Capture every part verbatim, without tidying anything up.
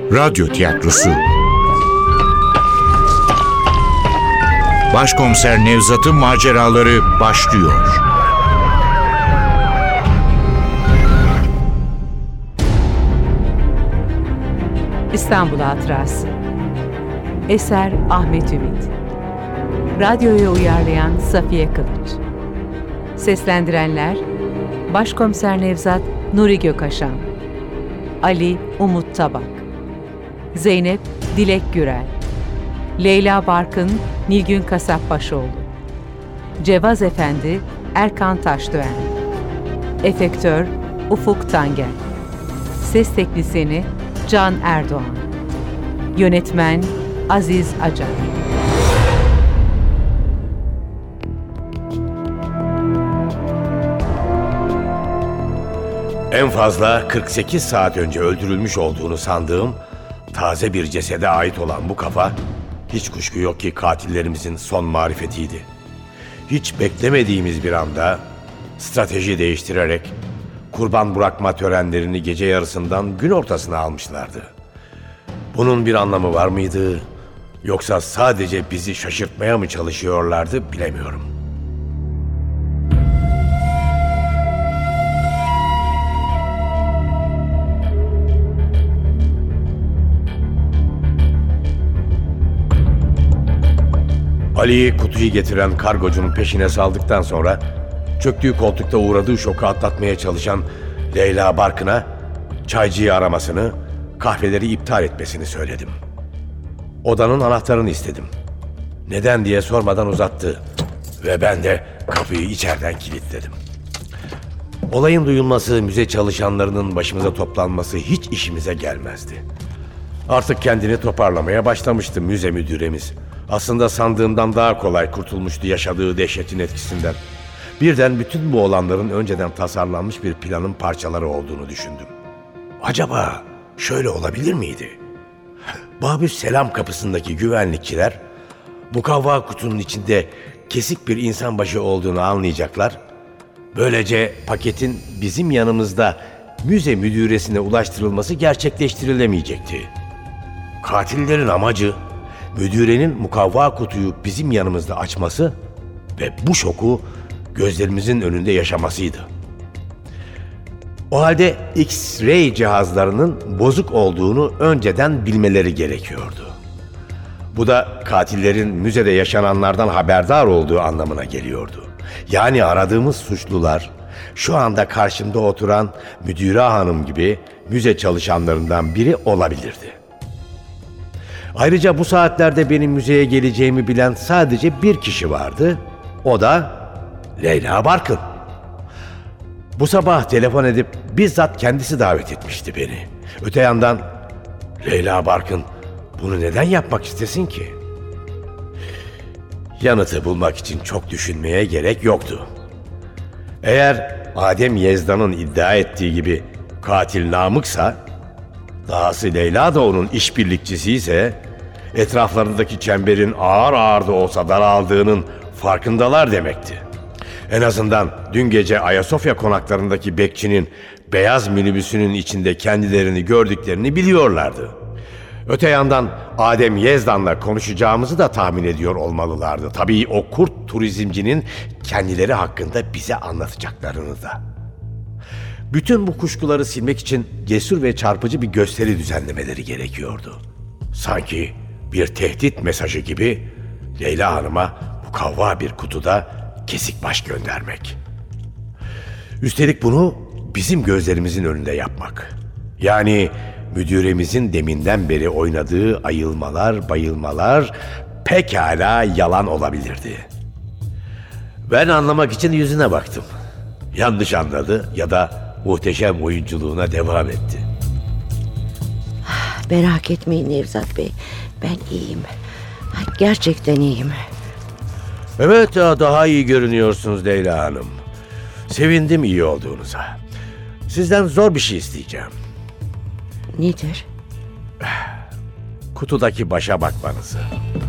Radyo tiyatrosu. Başkomiser Nevzat'ın maceraları başlıyor. İstanbul Hatırası. Eser Ahmet Ümit. Radyoya uyarlayan Safiye Kılıç. Seslendirenler: Başkomiser Nevzat Nuri Gökaşan, Ali Umut Tabak, Zeynep Dilek Gürel, Leyla Barkın Nilgün Kasapbaşoğlu, Cevaz Efendi Erkan Taşdöğen, Efektör Ufuk Tangel, Ses Teknisyeni Can Erdoğan, Yönetmen Aziz Acar. En fazla kırk sekiz saat önce öldürülmüş olduğunu sandığım taze bir cesede ait olan bu kafa, hiç kuşku yok ki katillerimizin son marifetiydi. Hiç beklemediğimiz bir anda strateji değiştirerek kurban bırakma törenlerini gece yarısından gün ortasına almışlardı. Bunun bir anlamı var mıydı? Yoksa sadece bizi şaşırtmaya mı çalışıyorlardı bilemiyorum. Ali'yi kutuyu getiren kargocunun peşine saldıktan sonra çöktüğü koltukta uğradığı şoku atlatmaya çalışan Leyla Barkın'a çaycıyı aramasını, kahveleri iptal etmesini söyledim. Odanın anahtarını istedim. Neden diye sormadan uzattı ve ben de kapıyı içeriden kilitledim. Olayın duyulması, müze çalışanlarının başımıza toplanması hiç işimize gelmezdi. Artık kendini toparlamaya başlamıştı müze müdüremiz. Aslında sandığımdan daha kolay kurtulmuştu yaşadığı dehşetin etkisinden. Birden bütün bu olanların önceden tasarlanmış bir planın parçaları olduğunu düşündüm. Acaba şöyle olabilir miydi? Babüs Selam kapısındaki güvenlikçiler mukavva kutunun içinde kesik bir insan başı olduğunu anlayacaklar. Böylece paketin bizim yanımızda müze müdüresine ulaştırılması gerçekleştirilemeyecekti. Katillerin amacı müdürenin mukavva kutuyu bizim yanımızda açması ve bu şoku gözlerimizin önünde yaşamasıydı. O halde X-ray cihazlarının bozuk olduğunu önceden bilmeleri gerekiyordu. Bu da katillerin müzede yaşananlardan haberdar olduğu anlamına geliyordu. Yani aradığımız suçlular şu anda karşımda oturan müdüre hanım gibi müze çalışanlarından biri olabilirdi. Ayrıca bu saatlerde benim müzeye geleceğimi bilen sadece bir kişi vardı. O da Leyla Barkın. Bu sabah telefon edip bizzat kendisi davet etmişti beni. Öte yandan Leyla Barkın bunu neden yapmak istesin ki? Yanıtı bulmak için çok düşünmeye gerek yoktu. Eğer Adem Yezdan'ın iddia ettiği gibi katil Namık'sa, dahası Leyla da onun işbirlikçisi ise etraflarındaki çemberin ağır ağır da olsa daraldığının farkındalar demekti. En azından dün gece Ayasofya konaklarındaki bekçinin beyaz minibüsünün içinde kendilerini gördüklerini biliyorlardı. Öte yandan Adem Yezdan'la konuşacağımızı da tahmin ediyor olmalılardı. Tabii o kurt turizmcinin kendileri hakkında bize anlatacaklarını da. Bütün bu kuşkuları silmek için cesur ve çarpıcı bir gösteri düzenlemeleri gerekiyordu. Sanki bir tehdit mesajı gibi Leyla Hanım'a mukavva bir kutuda kesik baş göndermek. Üstelik bunu bizim gözlerimizin önünde yapmak. Yani müdüremizin deminden beri oynadığı ayılmalar, bayılmalar pekala yalan olabilirdi. Ben anlamak için yüzüne baktım. Yanlış anladı ya da muhteşem oyunculuğuna devam etti. Merak etmeyin Nevzat Bey. Ben iyiyim. Gerçekten iyiyim. Evet, daha iyi görünüyorsunuz Leyla Hanım. Sevindim iyi olduğunuza. Sizden zor bir şey isteyeceğim. Nedir? Kutudaki başa bakmanızı.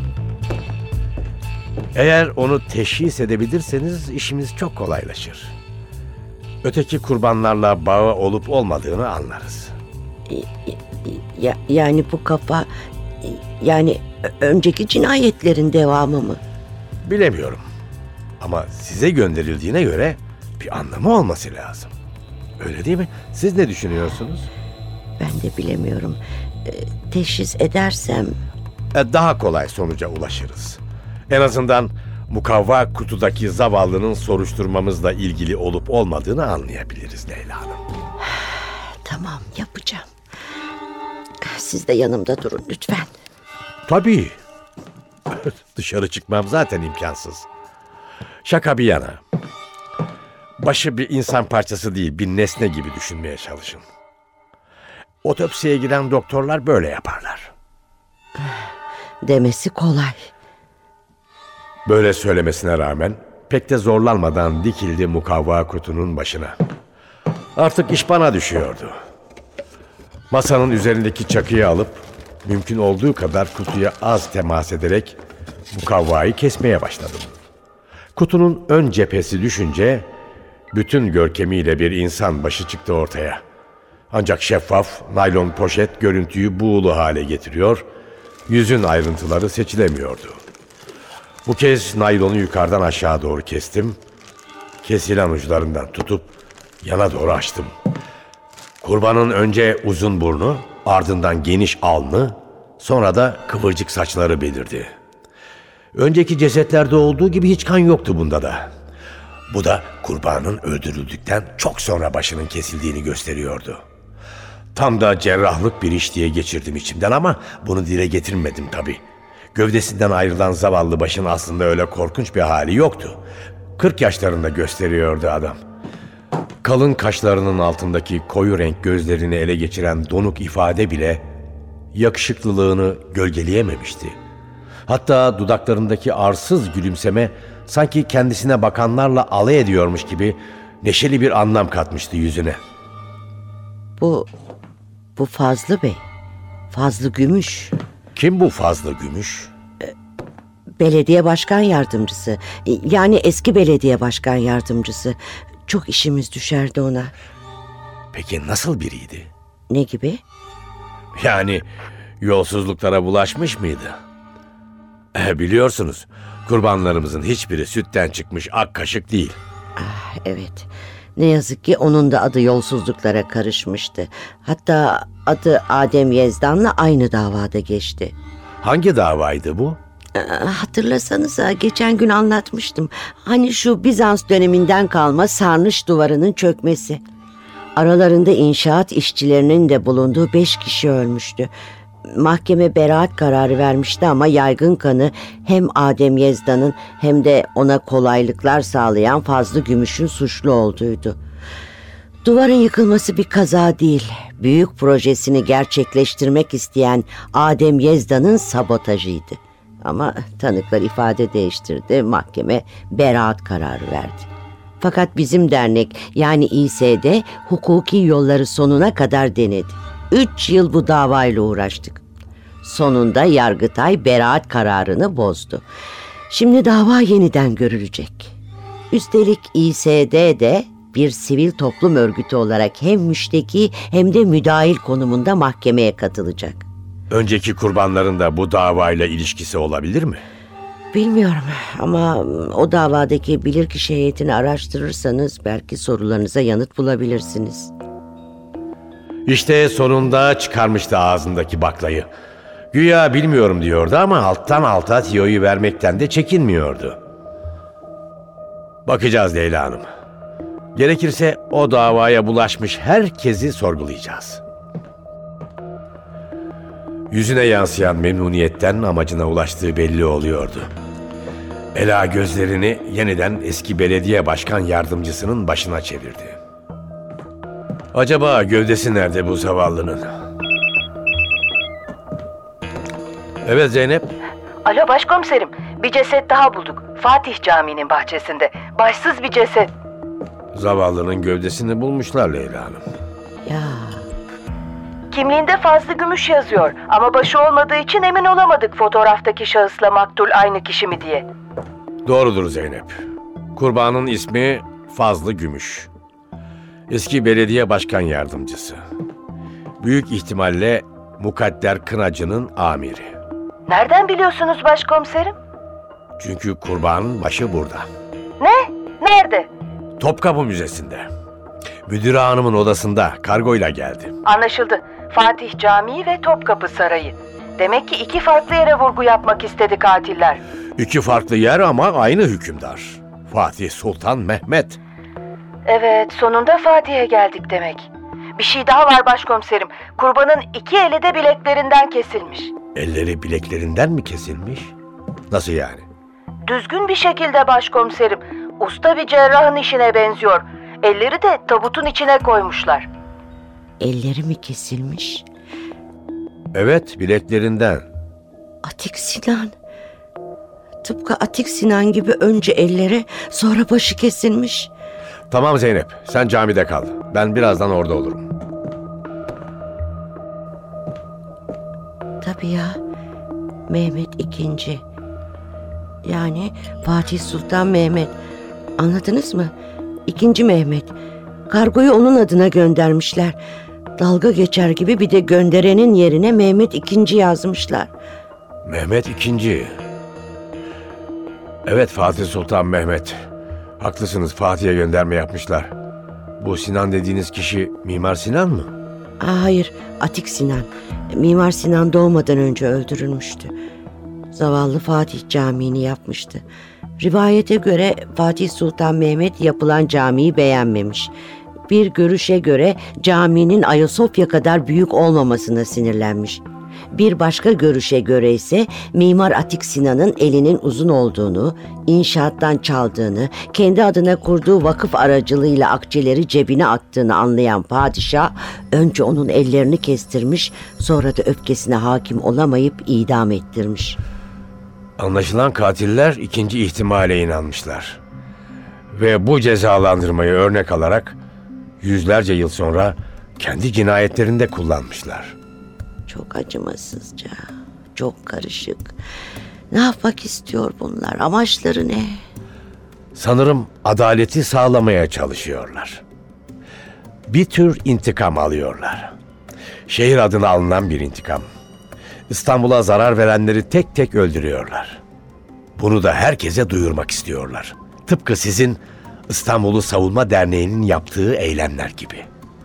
Eğer onu teşhis edebilirseniz işimiz çok kolaylaşır. Öteki kurbanlarla bağı olup olmadığını anlarız. Ya, yani bu kafa, yani önceki cinayetlerin devamı mı? Bilemiyorum. Ama size gönderildiğine göre bir anlamı olması lazım. Öyle değil mi? Siz ne düşünüyorsunuz? Ben de bilemiyorum. E, teşhis edersem... E, daha kolay sonuca ulaşırız. En azından mukavva kutudaki zavallının soruşturmamızla ilgili olup olmadığını anlayabiliriz Leyla Hanım. Tamam, yapacağım. Siz de yanımda durun lütfen. Tabii. Dışarı çıkmam zaten imkansız. Şaka bir yana. Başı bir insan parçası değil, bir nesne gibi düşünmeye çalışın. Otopsiye giren doktorlar böyle yaparlar. Demesi kolay. Böyle söylemesine rağmen pek de zorlanmadan dikildi mukavva kutunun başına. Artık iş bana düşüyordu. Masanın üzerindeki çakıyı alıp mümkün olduğu kadar kutuya az temas ederek mukavvayı kesmeye başladım. Kutunun ön cephesi düşünce bütün görkemiyle bir insan başı çıktı ortaya. Ancak şeffaf, naylon poşet görüntüyü buğulu hale getiriyor, yüzün ayrıntıları seçilemiyordu. Bu kez naylonu yukarıdan aşağı doğru kestim, kesilen uçlarından tutup yana doğru açtım. Kurbanın önce uzun burnu, ardından geniş alnı, sonra da kıvırcık saçları belirdi. Önceki cesetlerde olduğu gibi hiç kan yoktu bunda da. Bu da kurbanın öldürüldükten çok sonra başının kesildiğini gösteriyordu. Tam da cerrahlık bir iş diye geçirdim içimden ama bunu dile getirmedim tabii. Gövdesinden ayrılan zavallı başın aslında öyle korkunç bir hali yoktu. Kırk yaşlarında gösteriyordu adam. Kalın kaşlarının altındaki koyu renk gözlerini ele geçiren donuk ifade bile yakışıklılığını gölgeleyememişti. Hatta dudaklarındaki arsız gülümseme sanki kendisine bakanlarla alay ediyormuş gibi neşeli bir anlam katmıştı yüzüne. Bu, bu Fazlı Bey, Fazlı Gümüş. Kim bu Fazlı Gümüş? Belediye başkan yardımcısı, yani eski belediye başkan yardımcısı. Çok işimiz düşerdi ona. Peki nasıl biriydi? Ne gibi? Yani yolsuzluklara bulaşmış mıydı? E, biliyorsunuz kurbanlarımızın hiçbiri sütten çıkmış ak kaşık değil. Ah, evet. Ne yazık ki onun da adı yolsuzluklara karışmıştı. Hatta adı Adem Yezdan'la aynı davada geçti. Hangi davaydı bu? Hatırlasanıza geçen gün anlatmıştım. Hani şu Bizans döneminden kalma sarnıç duvarının çökmesi. Aralarında inşaat işçilerinin de bulunduğu beş kişi ölmüştü. Mahkeme beraat kararı vermişti ama yaygın kanı hem Adem Yezdan'ın hem de ona kolaylıklar sağlayan Fazlı Gümüş'ün suçlu olduğuydu. Duvarın yıkılması bir kaza değil, büyük projesini gerçekleştirmek isteyen Adem Yezdan'ın sabotajıydı. Ama tanıklar ifade değiştirdi, mahkeme beraat kararı verdi. Fakat bizim dernek yani İ S D hukuki yolları sonuna kadar denedi. Üç yıl bu davayla uğraştık. Sonunda Yargıtay beraat kararını bozdu. Şimdi dava yeniden görülecek. Üstelik İ S D de bir sivil toplum örgütü olarak hem müşteki hem de müdahil konumunda mahkemeye katılacak. Önceki kurbanların da bu davayla ilişkisi olabilir mi? Bilmiyorum ama o davadaki bilirkişi heyetini araştırırsanız belki sorularınıza yanıt bulabilirsiniz. İşte sonunda çıkarmıştı ağzındaki baklayı. Güya bilmiyorum diyordu ama alttan alta tiyoyu vermekten de çekinmiyordu. Bakacağız Leyla Hanım. Gerekirse o davaya bulaşmış herkesi sorgulayacağız. Yüzüne yansıyan memnuniyetten amacına ulaştığı belli oluyordu. Ela gözlerini yeniden eski belediye başkan yardımcısının başına çevirdi. Acaba gövdesi nerede bu zavallının? Evet Zeynep. Alo başkomiserim, bir ceset daha bulduk. Fatih Camii'nin bahçesinde. Başsız bir ceset. Zavallının gövdesini bulmuşlar Leyla Hanım. Ya... Kimliğinde Fazlı Gümüş yazıyor ama başı olmadığı için emin olamadık fotoğraftaki şahısla maktul aynı kişi mi diye. Doğrudur Zeynep. Kurbanın ismi Fazlı Gümüş. Eski belediye başkan yardımcısı. Büyük ihtimalle Mukadder Kınacı'nın amiri. Nereden biliyorsunuz başkomiserim? Çünkü kurbanın başı burada. Ne? Nerede? Topkapı Müzesi'nde. Müdür hanımın odasında kargoyla geldi. Anlaşıldı. Fatih Camii ve Topkapı Sarayı. Demek ki iki farklı yere vurgu yapmak istedi katiller. İki farklı yer ama aynı hükümdar. Fatih Sultan Mehmet. Evet, sonunda Fatih'e geldik demek. Bir şey daha var başkomiserim. Kurbanın iki eli de bileklerinden kesilmiş. Elleri bileklerinden mi kesilmiş? Nasıl yani? Düzgün bir şekilde başkomiserim. Usta bir cerrahın işine benziyor. Elleri de tabutun içine koymuşlar. Elleri mi kesilmiş? Evet, bileklerinden. Atik Sinan. Tıpkı Atik Sinan gibi önce elleri, sonra başı kesilmiş. Tamam Zeynep, sen camide kal. Ben birazdan orada olurum. Tabii ya. Mehmet ikinci. Yani Fatih Sultan Mehmet. Anladınız mı? İkinci Mehmet. Kargoyu onun adına göndermişler. Dalga geçer gibi bir de gönderenin yerine Mehmet ikinci yazmışlar. Mehmet ikinci. Evet, Fatih Sultan Mehmet. Haklısınız, Fatih'e gönderme yapmışlar. Bu Sinan dediğiniz kişi Mimar Sinan mı? Aa, hayır, Atik Sinan. Mimar Sinan doğmadan önce öldürülmüştü. Zavallı Fatih Camii'ni yapmıştı. Rivayete göre Fatih Sultan Mehmet yapılan camiyi beğenmemiş. Bir görüşe göre caminin Ayasofya kadar büyük olmamasına sinirlenmiş. Bir başka görüşe göre ise Mimar Atik Sinan'ın elinin uzun olduğunu, inşaattan çaldığını, kendi adına kurduğu vakıf aracılığıyla akçeleri cebine attığını anlayan padişah, önce onun ellerini kestirmiş, sonra da öfkesine hakim olamayıp idam ettirmiş. Anlaşılan katiller ikinci ihtimale inanmışlar. Ve bu cezalandırmayı örnek alarak yüzlerce yıl sonra kendi cinayetlerinde kullanmışlar. Çok acımasızca, çok karışık. Ne yapmak istiyor bunlar? Amaçları ne? Sanırım adaleti sağlamaya çalışıyorlar. Bir tür intikam alıyorlar. Şehir adına alınan bir intikam. İstanbul'a zarar verenleri tek tek öldürüyorlar. Bunu da herkese duyurmak istiyorlar. Tıpkı sizin İstanbul'u Savunma Derneği'nin yaptığı eylemler gibi.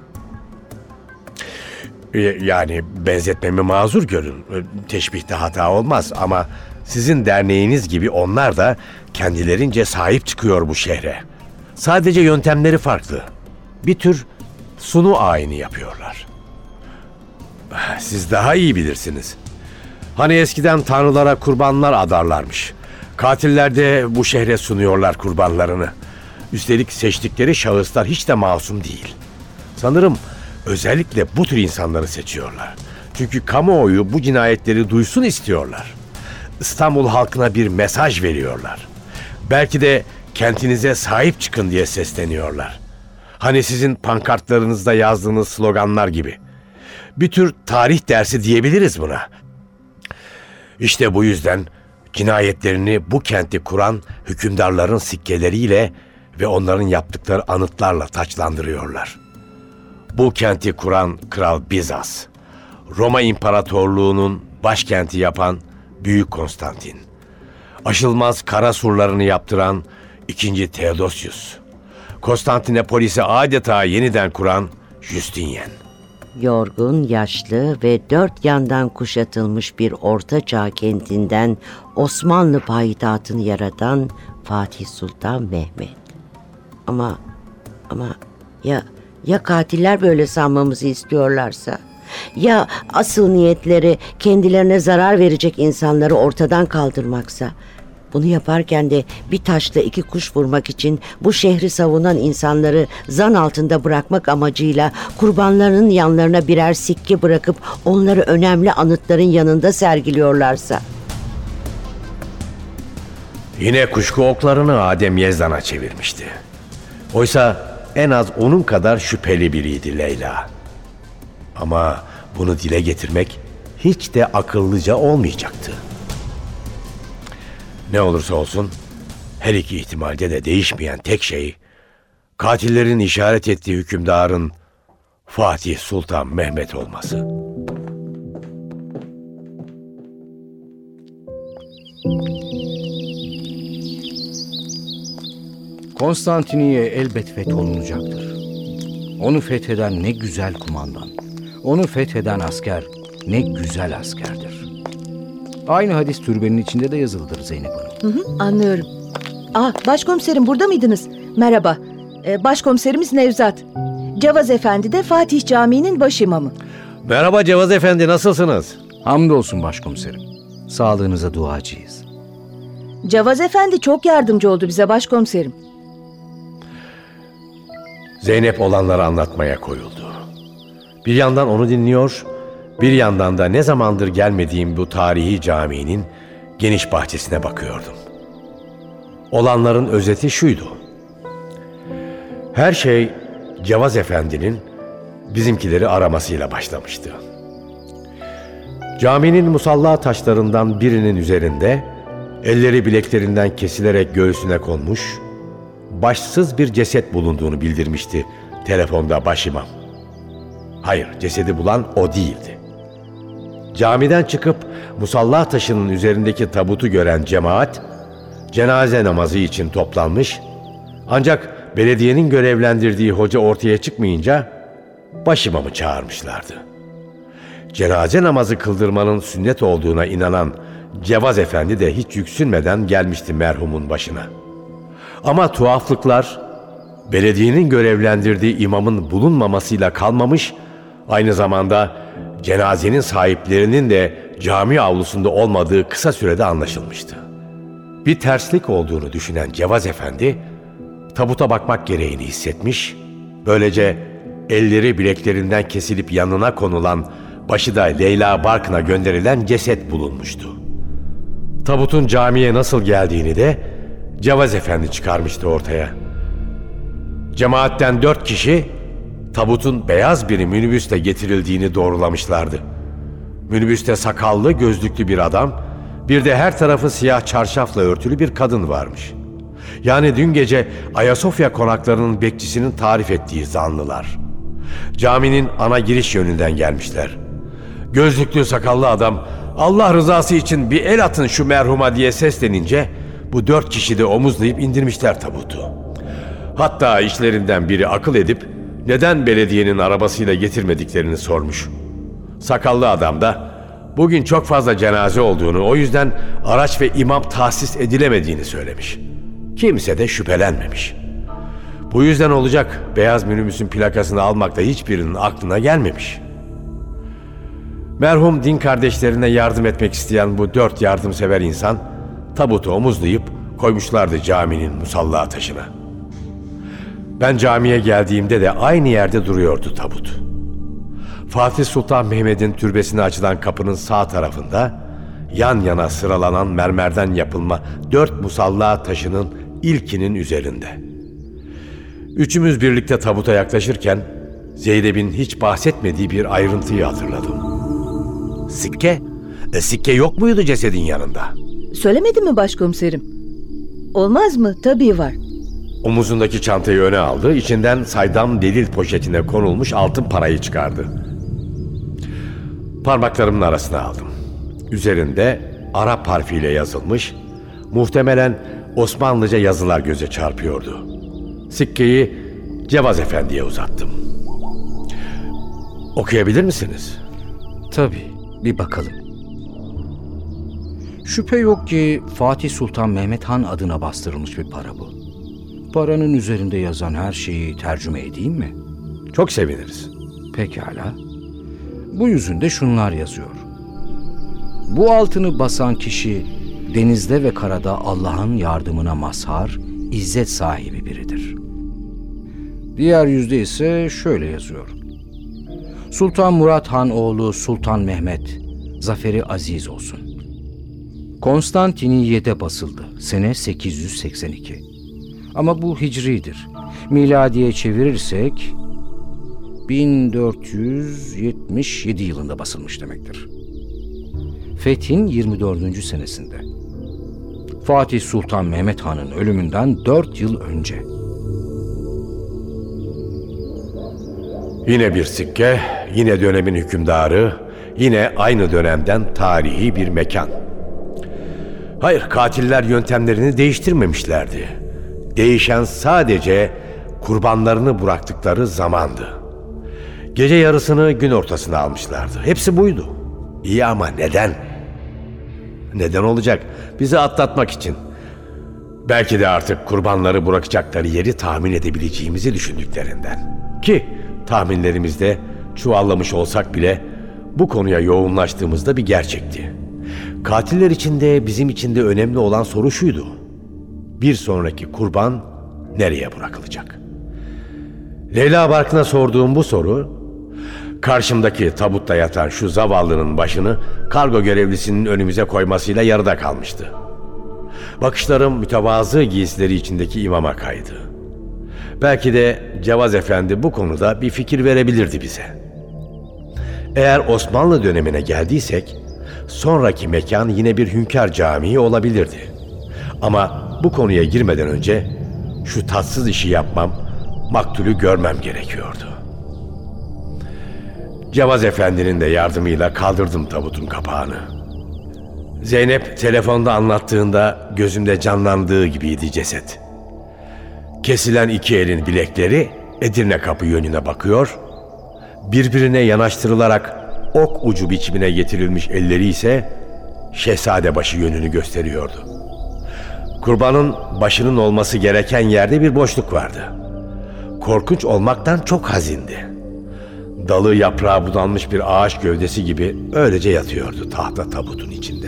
Yani benzetmemi mazur görün. Teşbihte hata olmaz ama sizin derneğiniz gibi onlar da kendilerince sahip çıkıyor bu şehre. Sadece yöntemleri farklı. Bir tür sunu ayini yapıyorlar. Siz daha iyi bilirsiniz. Hani eskiden tanrılara kurbanlar adarlarmış. Katiller de bu şehre sunuyorlar kurbanlarını. Üstelik seçtikleri şahıslar hiç de masum değil. Sanırım özellikle bu tür insanları seçiyorlar. Çünkü kamuoyu bu cinayetleri duysun istiyorlar. İstanbul halkına bir mesaj veriyorlar. Belki de kentinize sahip çıkın diye sesleniyorlar. Hani sizin pankartlarınızda yazdığınız sloganlar gibi. Bir tür tarih dersi diyebiliriz buna. İşte bu yüzden cinayetlerini bu kenti kuran hükümdarların sikkeleriyle ve onların yaptıkları anıtlarla taçlandırıyorlar. Bu kenti kuran Kral Bizas, Roma İmparatorluğu'nun başkenti yapan Büyük Konstantin, aşılmaz kara surlarını yaptıran ikinci Theodosius, Konstantinopolis'i adeta yeniden kuran Justinian. Yorgun, yaşlı ve dört yandan kuşatılmış bir ortaçağ kentinden Osmanlı payitahtını yaratan Fatih Sultan Mehmet. Ama, ama ya... Ya katiller böyle sanmamızı istiyorlarsa? Ya asıl niyetleri kendilerine zarar verecek insanları ortadan kaldırmaksa? Bunu yaparken de bir taşla iki kuş vurmak için bu şehri savunan insanları zan altında bırakmak amacıyla kurbanlarının yanlarına birer sikke bırakıp onları önemli anıtların yanında sergiliyorlarsa? Yine kuşku oklarını Adem Yezdan'a çevirmişti. Oysa en az onun kadar şüpheli biriydi Leyla. Ama bunu dile getirmek hiç de akıllıca olmayacaktı. Ne olursa olsun her iki ihtimalde de değişmeyen tek şey, katillerin işaret ettiği hükümdarın Fatih Sultan Mehmet olması. Konstantiniye elbet fetholunacaktır. Onu fetheden ne güzel kumandan, onu fetheden asker ne güzel askerdir. Aynı hadis türbenin içinde de yazılıdır Zeynep Hanım. Hı hı, anlıyorum. Ah, başkomiserim burada mıydınız? Merhaba. Ee, başkomiserimiz Nevzat. Cavaz Efendi de Fatih Camii'nin başimamı. Merhaba Cevaz Efendi, nasılsınız? Hamdolsun başkomiserim. Sağlığınıza duacıyız. Cavaz Efendi çok yardımcı oldu bize başkomiserim. Zeynep olanları anlatmaya koyuldu. Bir yandan onu dinliyor, bir yandan da ne zamandır gelmediğim bu tarihi caminin geniş bahçesine bakıyordum. Olanların özeti şuydu. Her şey Cavaz Efendi'nin bizimkileri aramasıyla başlamıştı. Caminin musalla taşlarından birinin üzerinde elleri bileklerinden kesilerek göğsüne konmuş, başsız bir ceset bulunduğunu bildirmişti telefonda başimam. Hayır, cesedi bulan o değildi. Camiden çıkıp musalla taşının üzerindeki tabutu gören cemaat, cenaze namazı için toplanmış, ancak belediyenin görevlendirdiği hoca ortaya çıkmayınca başimamı çağırmışlardı. Cenaze namazı kıldırmanın sünnet olduğuna inanan Cevaz Efendi de hiç yüksünmeden gelmişti merhumun başına. Ama tuhaflıklar, belediyenin görevlendirdiği imamın bulunmamasıyla kalmamış, aynı zamanda cenazenin sahiplerinin de cami avlusunda olmadığı kısa sürede anlaşılmıştı. Bir terslik olduğunu düşünen Cevaz Efendi, tabuta bakmak gereğini hissetmiş, böylece elleri bileklerinden kesilip yanına konulan, başı da Leyla Barkın'a gönderilen ceset bulunmuştu. Tabutun camiye nasıl geldiğini de Cevaz Efendi çıkarmıştı ortaya. Cemaatten dört kişi tabutun beyaz bir minibüsle getirildiğini doğrulamışlardı. Minibüste sakallı, gözlüklü bir adam, bir de her tarafı siyah çarşafla örtülü bir kadın varmış. Yani dün gece Ayasofya konaklarının bekçisinin tarif ettiği zanlılar. Caminin ana giriş yönünden gelmişler. Gözlüklü sakallı adam, "Allah rızası için bir el atın şu merhuma" diye seslenince bu dört kişi de omuzlayıp indirmişler tabutu. Hatta işlerinden biri akıl edip neden belediyenin arabasıyla getirmediklerini sormuş. Sakallı adam da bugün çok fazla cenaze olduğunu, o yüzden araç ve imam tahsis edilemediğini söylemiş. Kimse de şüphelenmemiş. Bu yüzden olacak beyaz minibüsün plakasını almak da hiçbirinin aklına gelmemiş. Merhum din kardeşlerine yardım etmek isteyen bu dört yardımsever insan tabutu omuzlayıp koymuşlardı caminin musalla taşına. Ben camiye geldiğimde de aynı yerde duruyordu tabut. Fatih Sultan Mehmet'in türbesine açılan kapının sağ tarafında yan yana sıralanan mermerden yapılma dört musalla taşının ilkinin üzerinde. Üçümüz birlikte tabuta yaklaşırken Zeynep'in hiç bahsetmediği bir ayrıntıyı hatırladım. Sikke? E, sikke yok muydu cesedin yanında? Söylemedi mi başkomiserim? Olmaz mı? Tabii var. Omuzundaki çantayı öne aldı, içinden saydam delil poşetine konulmuş altın parayı çıkardı. Parmaklarımın arasına aldım. Üzerinde Arap harfiyle yazılmış, muhtemelen Osmanlıca yazılar göze çarpıyordu. Sikkeyi Cevaz Efendi'ye uzattım. Okuyabilir misiniz? Tabii, bir bakalım. Şüphe yok ki Fatih Sultan Mehmet Han adına bastırılmış bir para bu. Paranın üzerinde yazan her şeyi tercüme edeyim mi? Çok seviniriz. Pekala. Bu yüzünde şunlar yazıyor. Bu altını basan kişi denizde ve karada Allah'ın yardımına mazhar, izzet sahibi biridir. Diğer yüzde ise şöyle yazıyor. Sultan Murat Han oğlu Sultan Mehmet, zaferi aziz olsun. Konstantiniye'de basıldı, sene sekiz yüz seksen iki. Ama bu hicridir. Miladiye çevirirsek bin dört yüz yetmiş yedi yılında basılmış demektir. Fethin yirmi dördüncü senesinde. Fatih Sultan Mehmet Han'ın ölümünden dört yıl önce. Yine bir sikke, yine dönemin hükümdarı, yine aynı dönemden tarihi bir mekan. Hayır, katiller yöntemlerini değiştirmemişlerdi. Değişen sadece kurbanlarını bıraktıkları zamandı. Gece yarısını gün ortasına almışlardı. Hepsi buydu. İyi ama neden? Neden olacak? Bizi atlatmak için. Belki de artık kurbanları bırakacakları yeri tahmin edebileceğimizi düşündüklerinden. Ki tahminlerimizde çuvallamış olsak bile bu konuya yoğunlaştığımızda bir gerçekti. Katiller için de bizim için de önemli olan soru şuydu: bir sonraki kurban nereye bırakılacak? Leyla Barkın'a sorduğum bu soru, karşımdaki tabutta yatan şu zavallının başını kargo görevlisinin önümüze koymasıyla yarıda kalmıştı. Bakışlarım mütevazı giysileri içindeki imama kaydı. Belki de Cevaz Efendi bu konuda bir fikir verebilirdi bize. Eğer Osmanlı dönemine geldiysek, sonraki mekan yine bir Hünkâr Camii olabilirdi. Ama bu konuya girmeden önce şu tatsız işi yapmam, maktulü görmem gerekiyordu. Cevaz Efendi'nin de yardımıyla kaldırdım tabutun kapağını. Zeynep telefonda anlattığında gözümde canlandığı gibiydi ceset. Kesilen iki elin bilekleri Edirne Kapı yönüne bakıyor, birbirine yanaştırılarak ok ucu biçimine getirilmiş elleri ise Şehzadebaşı yönünü gösteriyordu. Kurbanın başının olması gereken yerde bir boşluk vardı. Korkunç olmaktan çok hazindi. Dalı yaprağı budanmış bir ağaç gövdesi gibi öylece yatıyordu tahta tabutun içinde.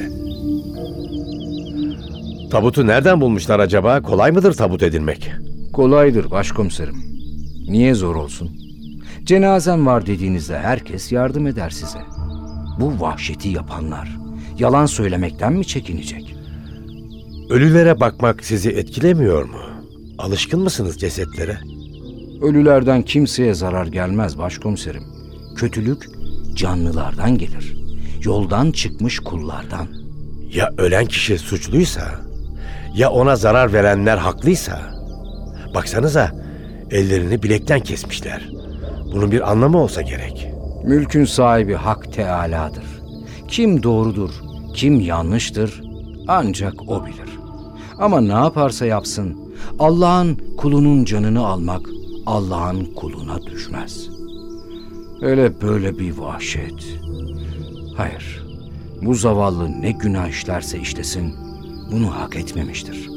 Tabutu nereden bulmuşlar acaba? Kolay mıdır tabut edinmek? Kolaydır başkomiserim. Niye zor olsun? Cenazem var dediğinizde herkes yardım eder size. Bu vahşeti yapanlar yalan söylemekten mi çekinecek? Ölülere bakmak sizi etkilemiyor mu? Alışkın mısınız cesetlere? Ölülerden kimseye zarar gelmez başkomiserim. Kötülük canlılardan gelir. Yoldan çıkmış kullardan. Ya ölen kişi suçluysa? Ya ona zarar verenler haklıysa? Baksanıza, ellerini bilekten kesmişler. Bunun bir anlamı olsa gerek. Mülkün sahibi Hak Teâlâ'dır. Kim doğrudur, kim yanlıştır ancak O bilir. Ama ne yaparsa yapsın, Allah'ın kulunun canını almak Allah'ın kuluna düşmez. Öyle böyle bir vahşet. Hayır, bu zavallı ne günah işlerse işlesin, bunu hak etmemiştir.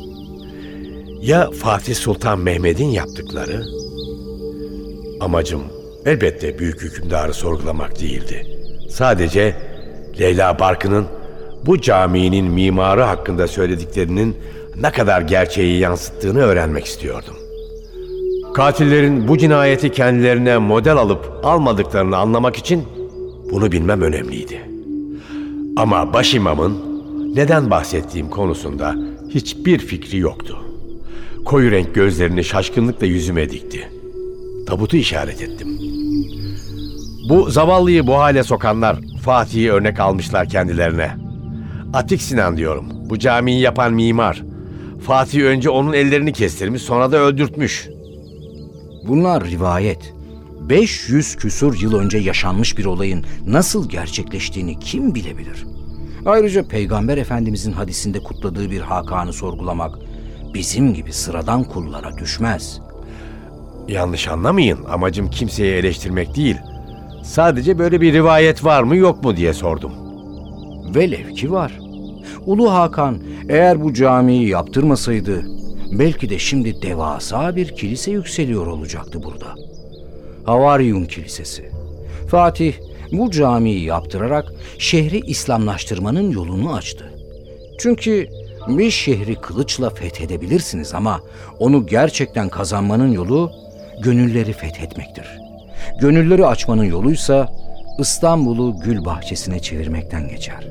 Ya Fatih Sultan Mehmet'in yaptıkları? Amacım elbette büyük hükümdarı sorgulamak değildi. Sadece Leyla Barkın'ın bu caminin mimarı hakkında söylediklerinin ne kadar gerçeği yansıttığını öğrenmek istiyordum. Katillerin bu cinayeti kendilerine model alıp almadıklarını anlamak için bunu bilmem önemliydi. Ama başimamın neden bahsettiğim konusunda hiçbir fikri yoktu. Koyu renk gözlerini şaşkınlıkla yüzüme dikti. Tabutu işaret ettim. Bu zavallıyı bu hale sokanlar Fatih'i örnek almışlar kendilerine. Atik Sinan diyorum. Bu camiyi yapan mimar. Fatih önce onun ellerini kestirmiş, sonra da öldürtmüş. Bunlar rivayet. beş yüz küsur yıl önce yaşanmış bir olayın nasıl gerçekleştiğini kim bilebilir? Ayrıca Peygamber Efendimizin hadisinde kutladığı bir Hakan'ı sorgulamak bizim gibi sıradan kullara düşmez. Yanlış anlamayın, amacım kimseyi eleştirmek değil. Sadece böyle bir rivayet var mı yok mu diye sordum. Velev ki var. Ulu Hakan eğer bu camiyi yaptırmasaydı belki de şimdi devasa bir kilise yükseliyor olacaktı burada. Havaryun Kilisesi. Fatih bu camiyi yaptırarak şehri İslamlaştırmanın yolunu açtı. Çünkü bir şehri kılıçla fethedebilirsiniz ama onu gerçekten kazanmanın yolu gönülleri fethetmektir. Gönülleri açmanın yoluysa İstanbul'u gül bahçesine çevirmekten geçer.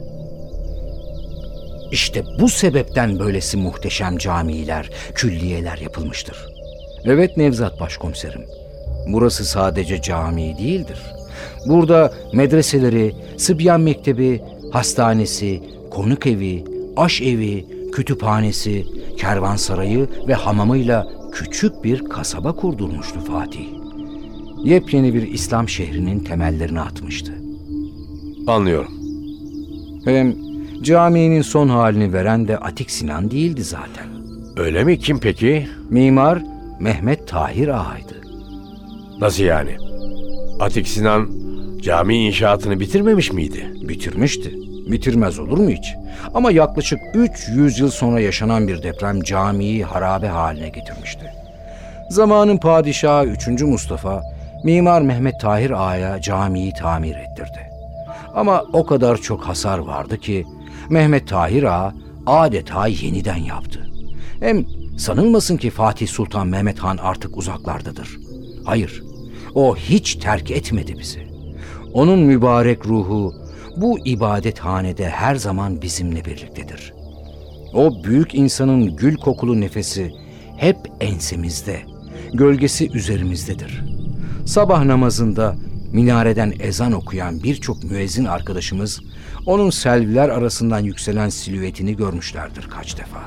İşte bu sebepten böylesi muhteşem camiler, külliyeler yapılmıştır. Evet Nevzat Başkomiserim, burası sadece cami değildir. Burada medreseleri, Sıbyan Mektebi, hastanesi, konuk evi, aş evi, kütüphanesi, kervansarayı ve hamamıyla küçük bir kasaba kurdurmuştu Fatih. yepyeni bir İslam şehrinin temellerini atmıştı. Anlıyorum. Hem caminin son halini veren de Atik Sinan değildi zaten. Öyle mi? Kim peki? Mimar Mehmet Tahir Ağa'ydı. Nasıl yani? Atik Sinan cami inşaatını bitirmemiş miydi? Bitirmişti. Bitirmez olur mu hiç? Ama yaklaşık üç yüz yıl sonra yaşanan bir deprem camiyi harabe haline getirmişti. Zamanın padişahı üçüncü Mustafa, Mimar Mehmet Tahir Ağa'ya camiyi tamir ettirdi. Ama o kadar çok hasar vardı ki Mehmet Tahir Ağa adeta yeniden yaptı. Hem sanılmasın ki Fatih Sultan Mehmet Han artık uzaklardadır. Hayır, o hiç terk etmedi bizi. Onun mübarek ruhu bu ibadethanede her zaman bizimle birliktedir. O büyük insanın gül kokulu nefesi hep ensemizde, gölgesi üzerimizdedir. Sabah namazında minareden ezan okuyan birçok müezzin arkadaşımız onun selviler arasından yükselen silüetini görmüşlerdir kaç defa.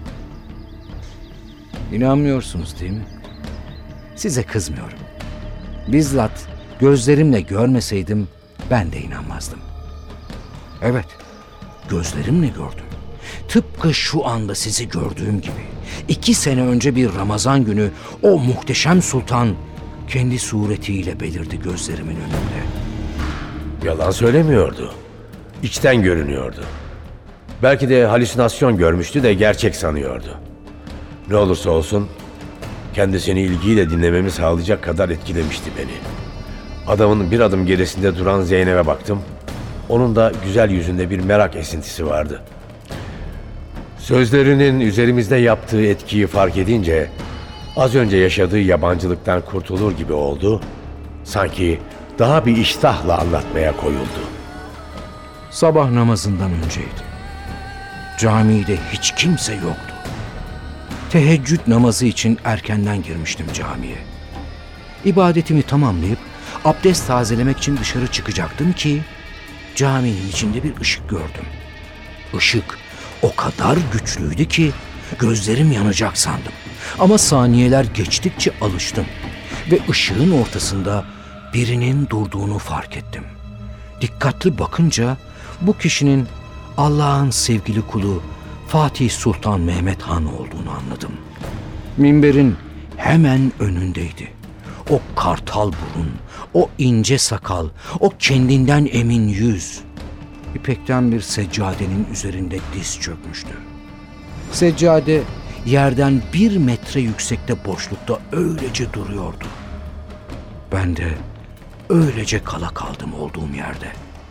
İnanmıyorsunuz değil mi? Size kızmıyorum. Bizzat gözlerimle görmeseydim ben de inanmazdım. Evet, gözlerimle gördüm. Tıpkı şu anda sizi gördüğüm gibi. İki sene önce bir Ramazan günü o muhteşem sultan kendi suretiyle belirdi gözlerimin önünde. Yalan söylemiyordu. İçten görünüyordu. Belki de halüsinasyon görmüştü de gerçek sanıyordu. Ne olursa olsun kendisini ilgiyle dinlememi sağlayacak kadar etkilemişti beni. Adamın bir adım gerisinde duran Zeynep'e baktım. Onun da güzel yüzünde bir merak esintisi vardı. Sözlerinin üzerimizde yaptığı etkiyi fark edince az önce yaşadığı yabancılıktan kurtulur gibi oldu. Sanki daha bir iştahla anlatmaya koyuldu. Sabah namazından önceydi. Camide hiç kimse yoktu. Teheccüd namazı için erkenden girmiştim camiye. İbadetimi tamamlayıp abdest tazelemek için dışarı çıkacaktım ki caminin içinde bir ışık gördüm. Işık o kadar güçlüydü ki gözlerim yanacak sandım. Ama saniyeler geçtikçe alıştım ve ışığın ortasında birinin durduğunu fark ettim. Dikkatli bakınca bu kişinin Allah'ın sevgili kulu Fatih Sultan Mehmet Han olduğunu anladım. Minberin hemen önündeydi. O kartal burun, o ince sakal, o kendinden emin yüz. İpekten bir seccadenin üzerinde diz çökmüştü. Seccade yerden bir metre yüksekte boşlukta öylece duruyordu. Ben de öylece kala kaldım olduğum yerde.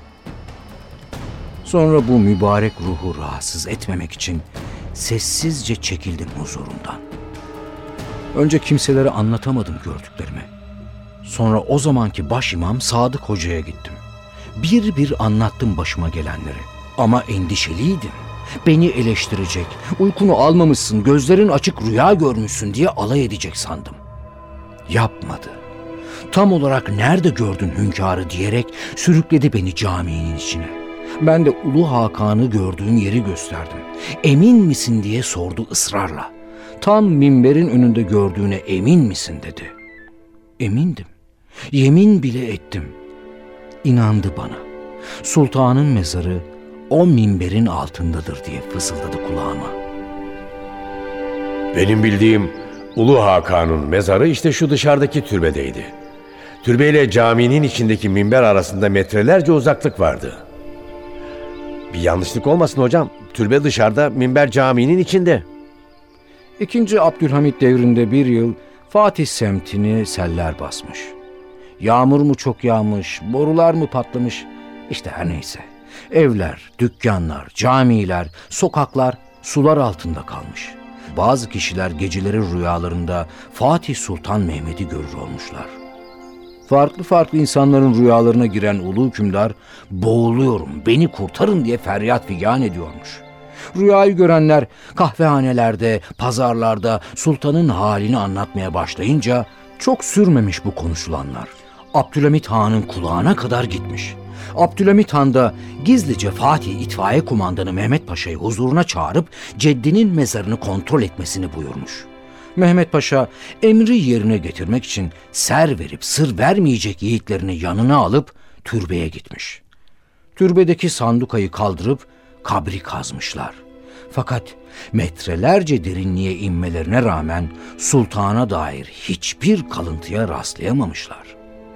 Sonra bu mübarek ruhu rahatsız etmemek için sessizce çekildim huzurundan. Önce kimselere anlatamadım gördüklerimi. Sonra o zamanki başimam Sadık Hoca'ya gittim. Bir bir anlattım başıma gelenleri. Ama endişeliydim. Beni eleştirecek, uykunu almamışsın, gözlerin açık rüya görmüşsün diye alay edecek sandım. Yapmadı. Tam olarak nerede gördün hünkârı diyerek sürükledi beni caminin içine. Ben de Ulu Hakan'ı gördüğüm yeri gösterdim. Emin misin diye sordu ısrarla. Tam minberin önünde gördüğüne emin misin dedi. Emindim. Yemin bile ettim. İnandı bana. Sultanın mezarı o minberin altındadır diye fısıldadı kulağıma. Benim bildiğim Ulu Hakan'ın mezarı işte şu dışarıdaki türbedeydi. Türbeyle caminin içindeki minber arasında metrelerce uzaklık vardı. Bir yanlışlık olmasın hocam. Türbe dışarıda, minber caminin içinde. İkinci Abdülhamit devrinde bir yıl Fatih semtini seller basmış. Yağmur mu çok yağmış, borular mı patlamış, işte her neyse. Evler, dükkanlar, camiler, sokaklar sular altında kalmış. Bazı kişiler geceleri rüyalarında Fatih Sultan Mehmet'i görür olmuşlar. Farklı farklı insanların rüyalarına giren ulu hükümdar, boğuluyorum, beni kurtarın diye feryat figan ediyormuş. Rüyayı görenler kahvehanelerde, pazarlarda sultanın halini anlatmaya başlayınca çok sürmemiş bu konuşulanlar. Abdülhamit Han'ın kulağına kadar gitmiş. Abdülhamit Han da gizlice Fatih itfaiye kumandanı Mehmet Paşa'yı huzuruna çağırıp ceddinin mezarını kontrol etmesini buyurmuş. Mehmet Paşa emri yerine getirmek için ser verip sır vermeyecek yiğitlerini yanına alıp türbeye gitmiş. Türbedeki sandukayı kaldırıp kabri kazmışlar. Fakat metrelerce derinliğe inmelerine rağmen sultana dair hiçbir kalıntıya rastlayamamışlar.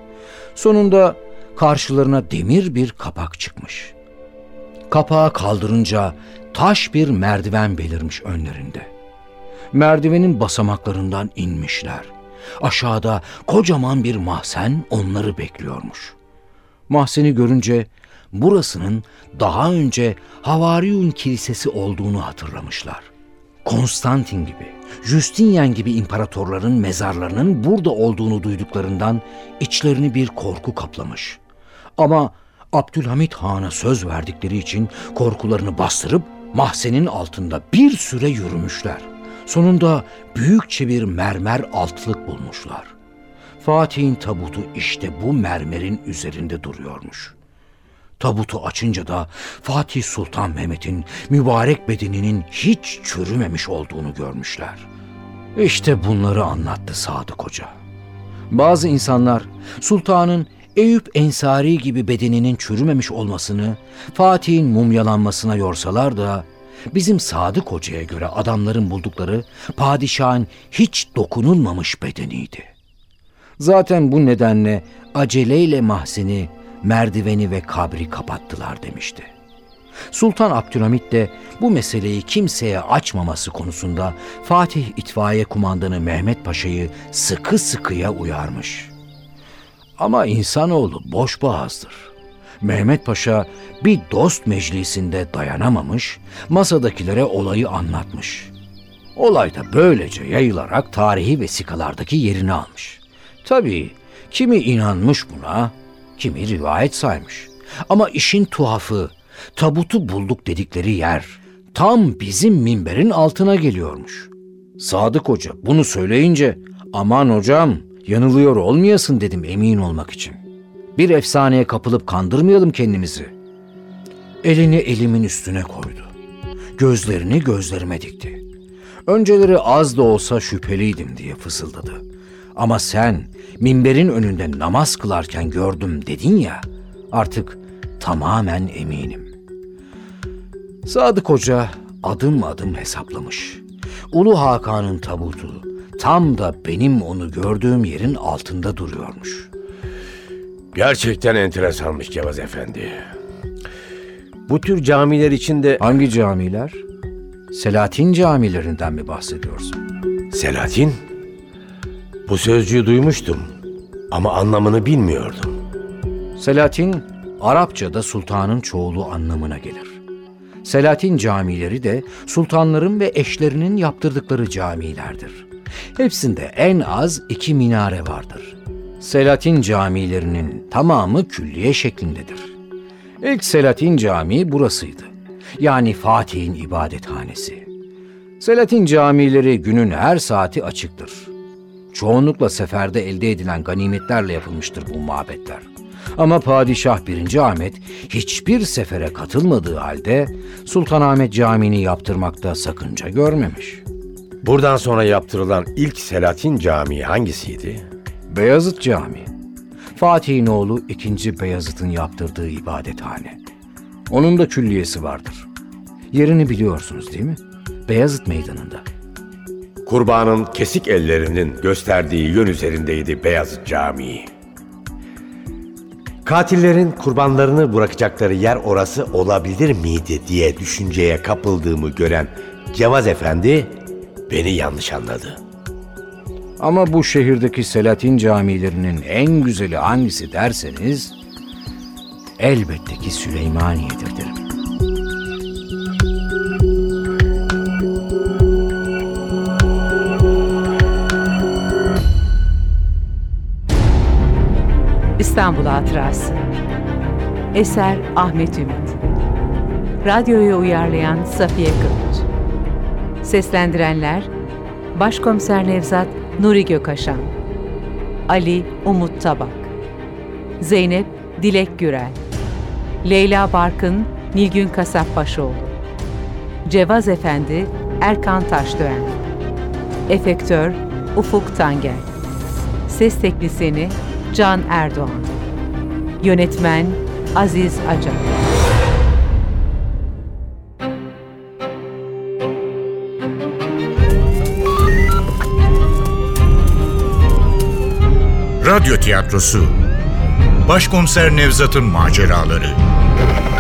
Sonunda karşılarına demir bir kapak çıkmış. Kapağı kaldırınca taş bir merdiven belirmiş önlerinde. Merdivenin basamaklarından inmişler. Aşağıda kocaman bir mahzen onları bekliyormuş. Mahzeni görünce burasının daha önce Havariyun Kilisesi olduğunu hatırlamışlar. Konstantin gibi, Justinian gibi imparatorların mezarlarının burada olduğunu duyduklarından içlerini bir korku kaplamış. Ama Abdülhamit Han'a söz verdikleri için korkularını bastırıp mahzenin altında bir süre yürümüşler. Sonunda büyükçe bir mermer altlık bulmuşlar. Fatih'in tabutu işte bu mermerin üzerinde duruyormuş. Tabutu açınca da Fatih Sultan Mehmet'in mübarek bedeninin hiç çürümemiş olduğunu görmüşler. İşte bunları anlattı Sadık Hoca. Bazı insanlar sultanın Eyüp Ensari gibi bedeninin çürümemiş olmasını Fatih'in mumyalanmasına yorsalar da bizim Sadık Hoca'ya göre adamların buldukları padişahın hiç dokunulmamış bedeniydi. Zaten bu nedenle aceleyle mahzeni, merdiveni ve kabri kapattılar demişti. Sultan Abdülhamit de bu meseleyi kimseye açmaması konusunda Fatih İtfaiye Kumandanı Mehmet Paşa'yı sıkı sıkıya uyarmış. Ama insanoğlu boş boğazdır. Mehmet Paşa bir dost meclisinde dayanamamış, masadakilere olayı anlatmış. Olay da böylece yayılarak tarihi vesikalardaki yerini almış. Tabii kimi inanmış buna, kimi rivayet saymış. Ama işin tuhafı, tabutu bulduk dedikleri yer tam bizim minberin altına geliyormuş. Sadık Hoca bunu söyleyince, aman hocam yanılıyor olmayasın dedim emin olmak için. Bir efsaneye kapılıp kandırmayalım kendimizi. Elini elimin üstüne koydu. Gözlerini gözlerime dikti. Önceleri az da olsa şüpheliydim diye fısıldadı. Ama sen minberin önünde namaz kılarken gördüm dedin ya, artık tamamen eminim. Sadık Hoca adım adım hesaplamış. Ulu Hakan'ın tabutu tam da benim onu gördüğüm yerin altında duruyormuş. Gerçekten enteresanmış Cevaz Efendi. Bu tür camiler içinde... Hangi camiler? Selatin camilerinden mi bahsediyorsun? Selatin? Bu sözcüğü duymuştum ama anlamını bilmiyordum. Selatin, Arapçada sultanın çoğulu anlamına gelir. Selatin camileri de sultanların ve eşlerinin yaptırdıkları camilerdir. Hepsinde en az iki minare vardır. Selatin camilerinin tamamı külliye şeklindedir. İlk Selatin Camii burasıydı. Yani Fatih'in ibadethanesi. Selatin camileri günün her saati açıktır. Çoğunlukla seferde elde edilen ganimetlerle yapılmıştır bu mabetler. Ama Padişah birinci Ahmet hiçbir sefere katılmadığı halde Sultanahmet Camii'ni yaptırmakta sakınca görmemiş. Buradan sonra yaptırılan ilk Selatin Camii hangisiydi? Beyazıt Camii. Fatih'in oğlu ikinci Beyazıt'ın yaptırdığı ibadethane. Onun da külliyesi vardır. Yerini biliyorsunuz değil mi? Beyazıt Meydanı'nda. Kurbanın kesik ellerinin gösterdiği yön üzerindeydi Beyazıt Camii. Katillerin kurbanlarını bırakacakları yer orası olabilir miydi diye düşünceye kapıldığımı gören Cevaz Efendi beni yanlış anladı. Ama bu şehirdeki Selatin camilerinin en güzeli hangisi derseniz elbette ki Süleymaniye'dir derim. İstanbul Hatırası. Eser Ahmet Ümit. Radyoya uyarlayan Safiye Kılıç. Seslendirenler Başkomiser Nevzat Nuri Gökaşan, Ali Umut Tabak, Zeynep Dilek Gürel, Leyla Barkın Nilgün Kasapbaşoğlu, Cevaz Efendi Erkan Taşdöğen, Efektör Ufuk Tangel. Ses teknisyeni Can Erdoğan. Yönetmen Aziz Acar. Radyo tiyatrosu Başkomiser Nevzat'ın maceraları.